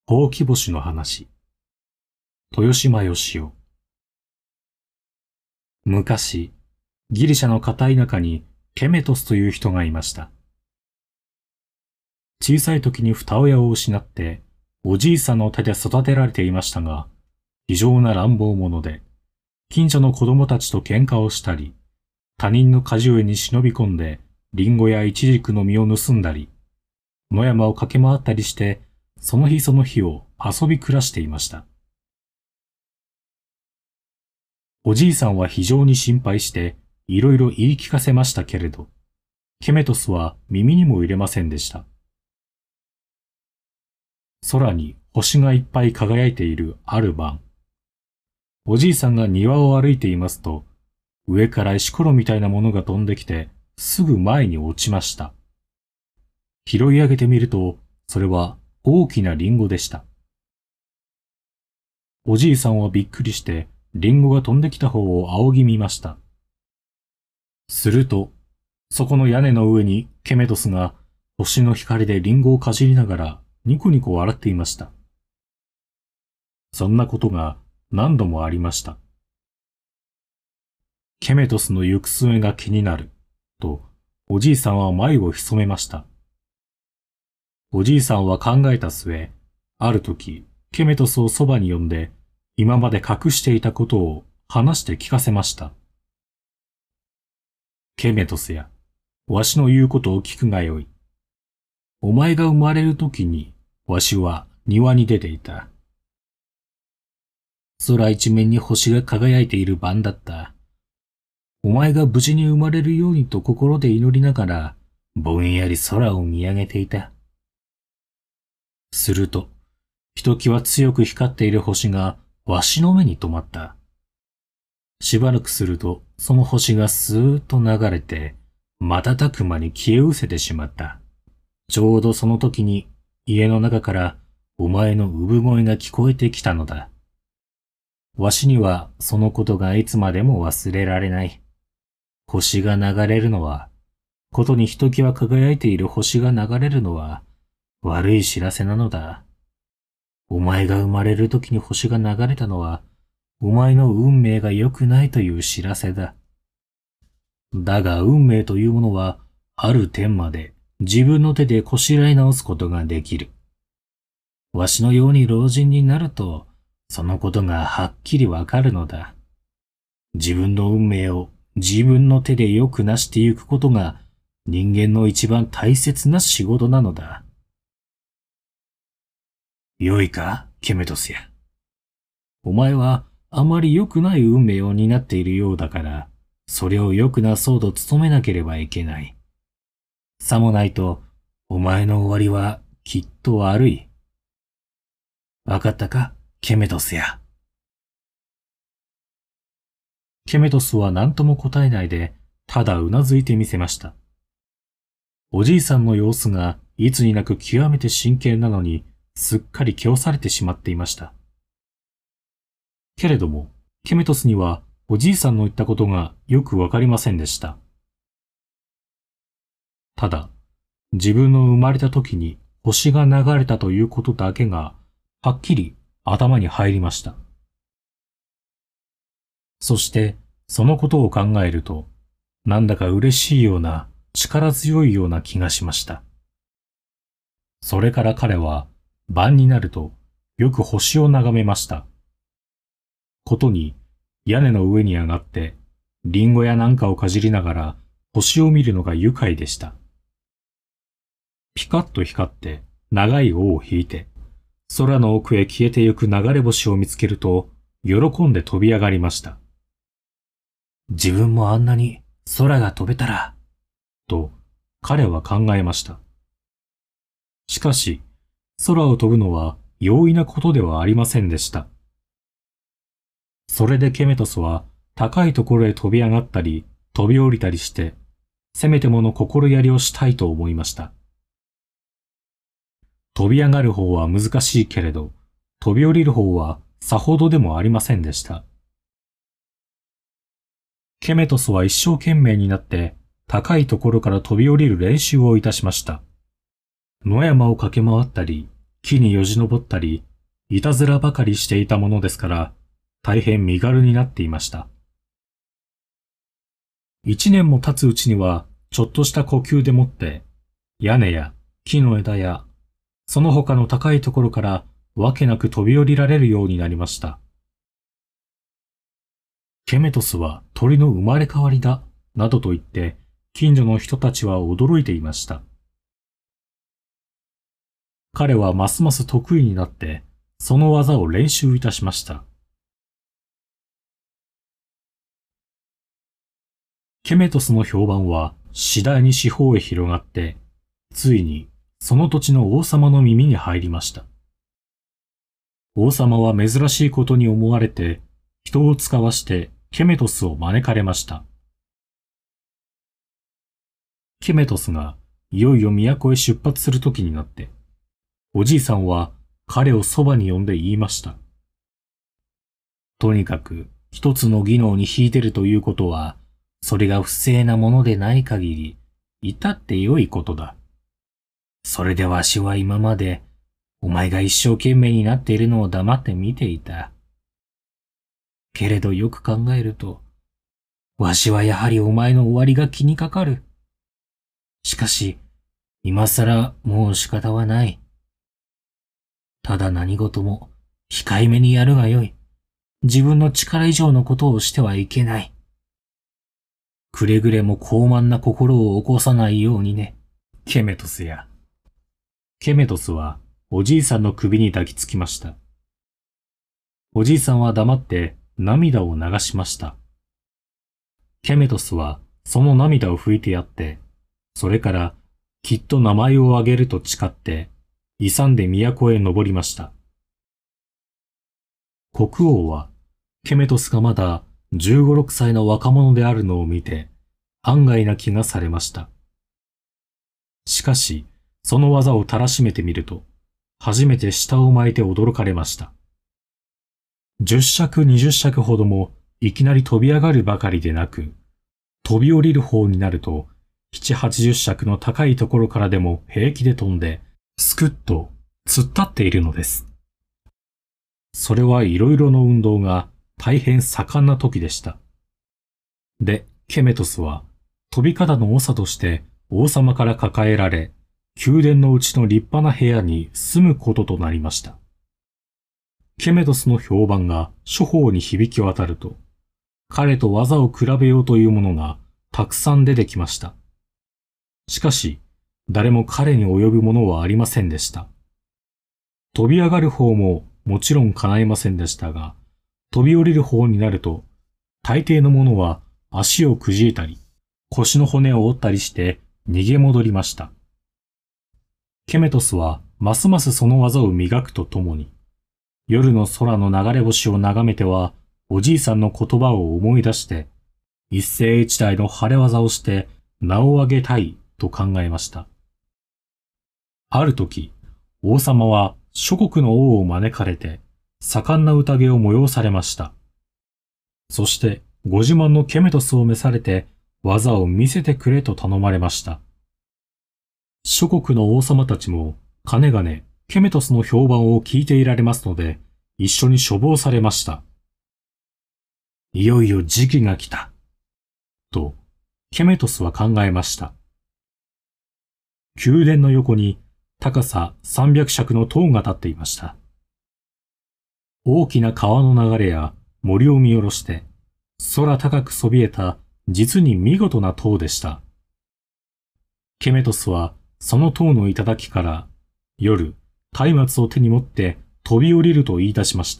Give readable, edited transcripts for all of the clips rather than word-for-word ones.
ほうき星の話。豊島義雄。昔、ギリシャの片田舎にケメトスという人がいました。小さい時に二親を失って、おじいさんの手で育てられていましたが、非常な乱暴者で、近所の子供たちと喧嘩をしたり、他人の果樹園に忍び込んで、リンゴやイチジクの実を盗んだり、野山を駆け回ったりして、その日その日を遊び暮らしていました。おじいさんは非常に心配して、いろいろ言い聞かせましたけれど、ケメトスは耳にも入れませんでした。空に星がいっぱい輝いているある晩、おじいさんが庭を歩いていますと、上から石ころみたいなものが飛んできて、すぐ前に落ちました。拾い上げてみると、それは大きなリンゴでした。おじいさんはびっくりして、リンゴが飛んできた方を仰ぎ見ました。すると、そこの屋根の上にケメトスが星の光でリンゴをかじりながらニコニコ笑っていました。そんなことが何度もありました。ケメトスの行く末が気になる、とおじいさんは眉を潜めました。おじいさんは考えた末、ある時、ケメトスをそばに呼んで、今まで隠していたことを話して聞かせました。ケメトスや、わしの言うことを聞くがよい。お前が生まれる時に、わしは庭に出ていた。空一面に星が輝いている晩だった。お前が無事に生まれるようにと心で祈りながら、ぼんやり空を見上げていた。すると、ひときわ強く光っている星がわしの目に留まった。しばらくすると、その星がスーッと流れて、瞬く間に消え失せてしまった。ちょうどその時に、家の中からお前の産声が聞こえてきたのだ。わしにはそのことがいつまでも忘れられない。星が流れるのは、ことにひときわ輝いている星が流れるのは、悪い知らせなのだ。お前が生まれる時に星が流れたのは、お前の運命が良くないという知らせだ。だが運命というものは、ある点まで自分の手でこしらえ直すことができる。わしのように老人になると、そのことがはっきりわかるのだ。自分の運命を自分の手でよくなしてゆくことが、人間の一番大切な仕事なのだ。よいか、ケメトスや。お前はあまり良くない運命を担っているようだから、それを良くなそうと努めなければいけない。さもないと、お前の終わりはきっと悪い。わかったか、ケメトスや。ケメトスは何とも答えないで、ただうなずいてみせました。おじいさんの様子がいつになく極めて真剣なのに、すっかり気をされてしまっていました。けれども、ケメトスにはおじいさんの言ったことがよくわかりませんでした。ただ、自分の生まれた時に星が流れたということだけが、はっきり頭に入りました。そして、そのことを考えると、なんだか嬉しいような、力強いような気がしました。それから彼は、晩になると、よく星を眺めました。ことに、屋根の上に上がって、リンゴやなんかをかじりながら、星を見るのが愉快でした。ピカッと光って、長い尾を引いて、空の奥へ消えてゆく流れ星を見つけると、喜んで飛び上がりました。自分もあんなに空が飛べたら、と彼は考えました。しかし、空を飛ぶのは容易なことではありませんでした。それでケメトスは高いところへ飛び上がったり飛び降りたりして、せめてもの心やりをしたいと思いました。飛び上がる方は難しいけれど、飛び降りる方はさほどでもありませんでした。ケメトスは一生懸命になって高いところから飛び降りる練習をいたしました。野山を駆け回ったり、 木によじ登ったり、いたずらばかりしていたものですから、大変身軽になっていました。1年も経つうちには、ちょっとした呼吸でもって、屋根や木の枝や、その他の高いところからわけなく飛び降りられるようになりました。ケメトスは鳥の生まれ変わりだ、などと言って、近所の人たちは驚いていました。彼はますます得意になって、その技を練習いたしました。ケメトスの評判は次第に四方へ広がって、ついにその土地の王様の耳に入りました。王様は珍しいことに思われて、人を使わしてケメトスを招かれました。ケメトスがいよいよ都へ出発する時になって、おじいさんは彼をそばに呼んで言いました。とにかく一つの技能に秀でるということは、それが不正なものでない限り、至って良いことだ。それでわしは今まで、お前が一生懸命になっているのを黙って見ていた。けれどよく考えると、わしはやはりお前の終わりが気にかかる。しかし、今更もう仕方はない。ただ何事も控えめにやるがよい。自分の力以上のことをしてはいけない。くれぐれも高慢な心を起こさないようにね。ケメトスや。ケメトスはおじいさんの首に抱きつきました。おじいさんは黙って涙を流しました。ケメトスはその涙を拭いてやって、それからきっと名前を挙げると誓って、勇んで都へ登りました。国王はケメトスがまだ15、6歳の若者であるのを見て、案外な気がされました。しかし、その技をたらしめてみると、初めて舌を巻いて驚かれました。10尺、20尺ほどもいきなり飛び上がるばかりでなく、飛び降りる方になると、7、80尺の高いところからでも平気で飛んで、すくっと突っ立っているのです。それはいろいろの運動が大変盛んな時でした。で、ケメトスは飛び方の長として王様から抱えられ、宮殿のうちの立派な部屋に住むこととなりました。ケメトスの評判が諸方に響き渡ると、彼と技を比べようというものがたくさん出てきました。しかし、誰も彼に及ぶものはありませんでした。飛び上がる方ももちろん叶いませんでしたが、飛び降りる方になると、大抵のものは足をくじいたり、腰の骨を折ったりして逃げ戻りました。ケメトスはますますその技を磨くとともに、夜の空の流れ星を眺めては、おじいさんの言葉を思い出して、一世一代の晴れ技をして名を上げたいと考えました。ある時、王様は諸国の王を招かれて、盛んな宴を催されました。そして、ご自慢のケメトスを召されて、技を見せてくれと頼まれました。諸国の王様たちも、かねがね、ケメトスの評判を聞いていられますので、一緒に処方されました。いよいよ時期が来た。と、ケメトスは考えました。宮殿の横に、高さ300尺の塔が立っていました。大きな川の流れや森を見下ろして、空高くそびえた実に見事な塔でした。ケメトスはその塔の頂から夜、松明を手に持って飛び降りると言い出しました。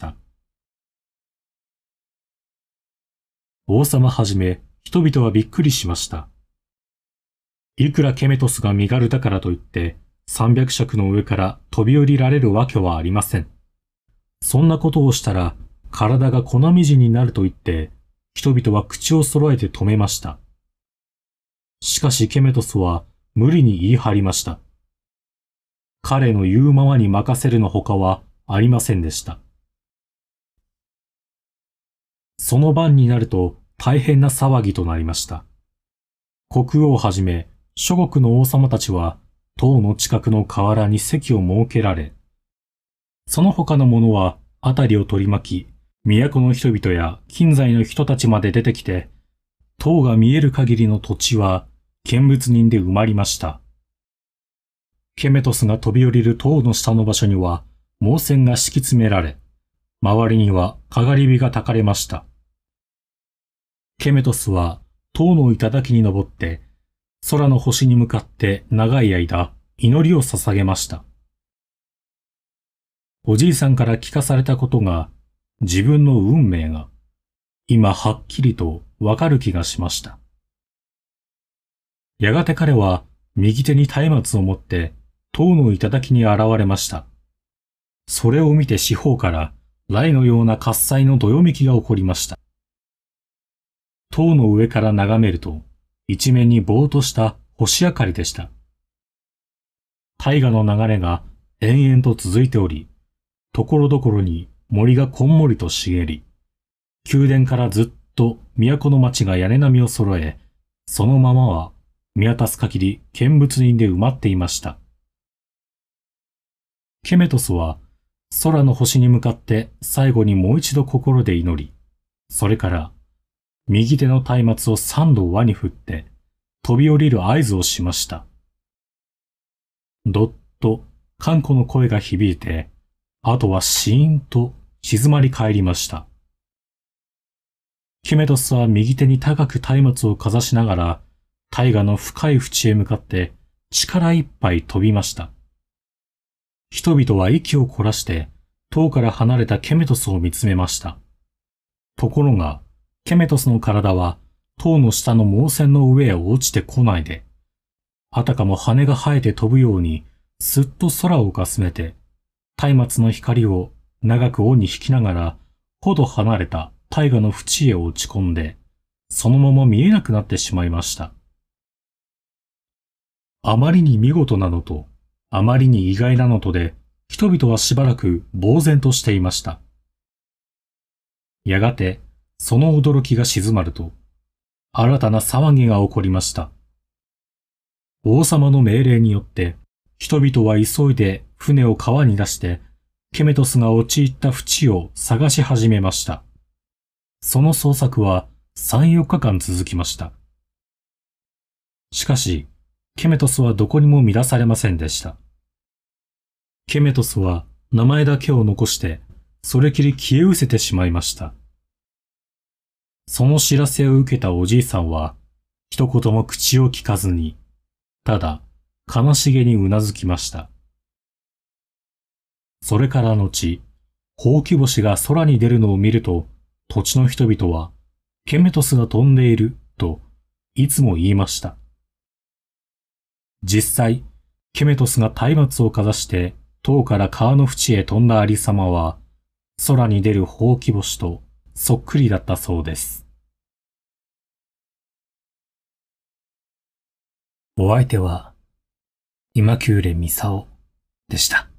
王様はじめ人々はびっくりしました。いくらケメトスが身軽だからといって300尺の上から飛び降りられるわけはありません。そんなことをしたら体が粉みじんになると言って人々は口を揃えて止めました。しかしケメトスは無理に言い張りました。彼の言うままに任せるのほかはありませんでした。その晩になると大変な騒ぎとなりました。国王はじめ諸国の王様たちは塔の近くの河原に席を設けられ、 その他の者は辺りを取り巻き、都の人々や近在の人たちまで出てきて、塔が見える限りの土地は見物人で埋まりました。ケメトスが飛び降りる塔の下の場所には、猛船が敷き詰められ、周りにはかがり火が焚かれました。ケメトスは塔の頂に登って、空の星に向かって長い間祈りを捧げました。おじいさんから聞かされたことが、自分の運命が、今はっきりとわかる気がしました。やがて彼は右手に松明を持って塔の頂に現れました。それを見て四方から雷のような喝采のどよめきが起こりました。塔の上から眺めると、一面にぼーっとした星明かりでした。大河の流れが延々と続いており、ところどころに森がこんもりと茂り、宮殿からずっと都の町が屋根並みを揃え、そのままは見渡す限り見物人で埋まっていました。ケメトスは空の星に向かって最後にもう一度心で祈り、それから右手の松明を3度輪に振って飛び降りる合図をしました。どっと頑固の声が響いて、あとはシーンと静まり返りました。ケメトスは右手に高く松明をかざしながら、大河の深い淵へ向かって力いっぱい飛びました。人々は息を凝らして塔から離れたケメトスを見つめました。ところが、ケメトスの体は塔の下の猛船の上へ落ちてこないで、あたかも羽が生えて飛ぶようにすっと空をかすめて、松明の光を長く尾に引きながら、ほど離れた大河の淵へ落ち込んで、そのまま見えなくなってしまいました。あまりに見事なのと、あまりに意外なのとで、人々はしばらく呆然としていました。やがて、その驚きが静まると、新たな騒ぎが起こりました。王様の命令によって、人々は急いで船を川に出して、ケメトスが陥った淵を探し始めました。その捜索は3、4日間続きました。しかし、ケメトスはどこにも見出されませんでした。ケメトスは名前だけを残して、それきり消え失せてしまいました。その知らせを受けたおじいさんは、一言も口を聞かずに、ただ、悲しげにうなずきました。それから後、ほうき星が空に出るのを見ると、土地の人々は、ケメトスが飛んでいる、と、いつも言いました。実際、ケメトスが松明をかざして、塔から川の淵へ飛んだありさまは、空に出るほうき星とそっくりだったそうです。お相手は、今久礼ミサオでした。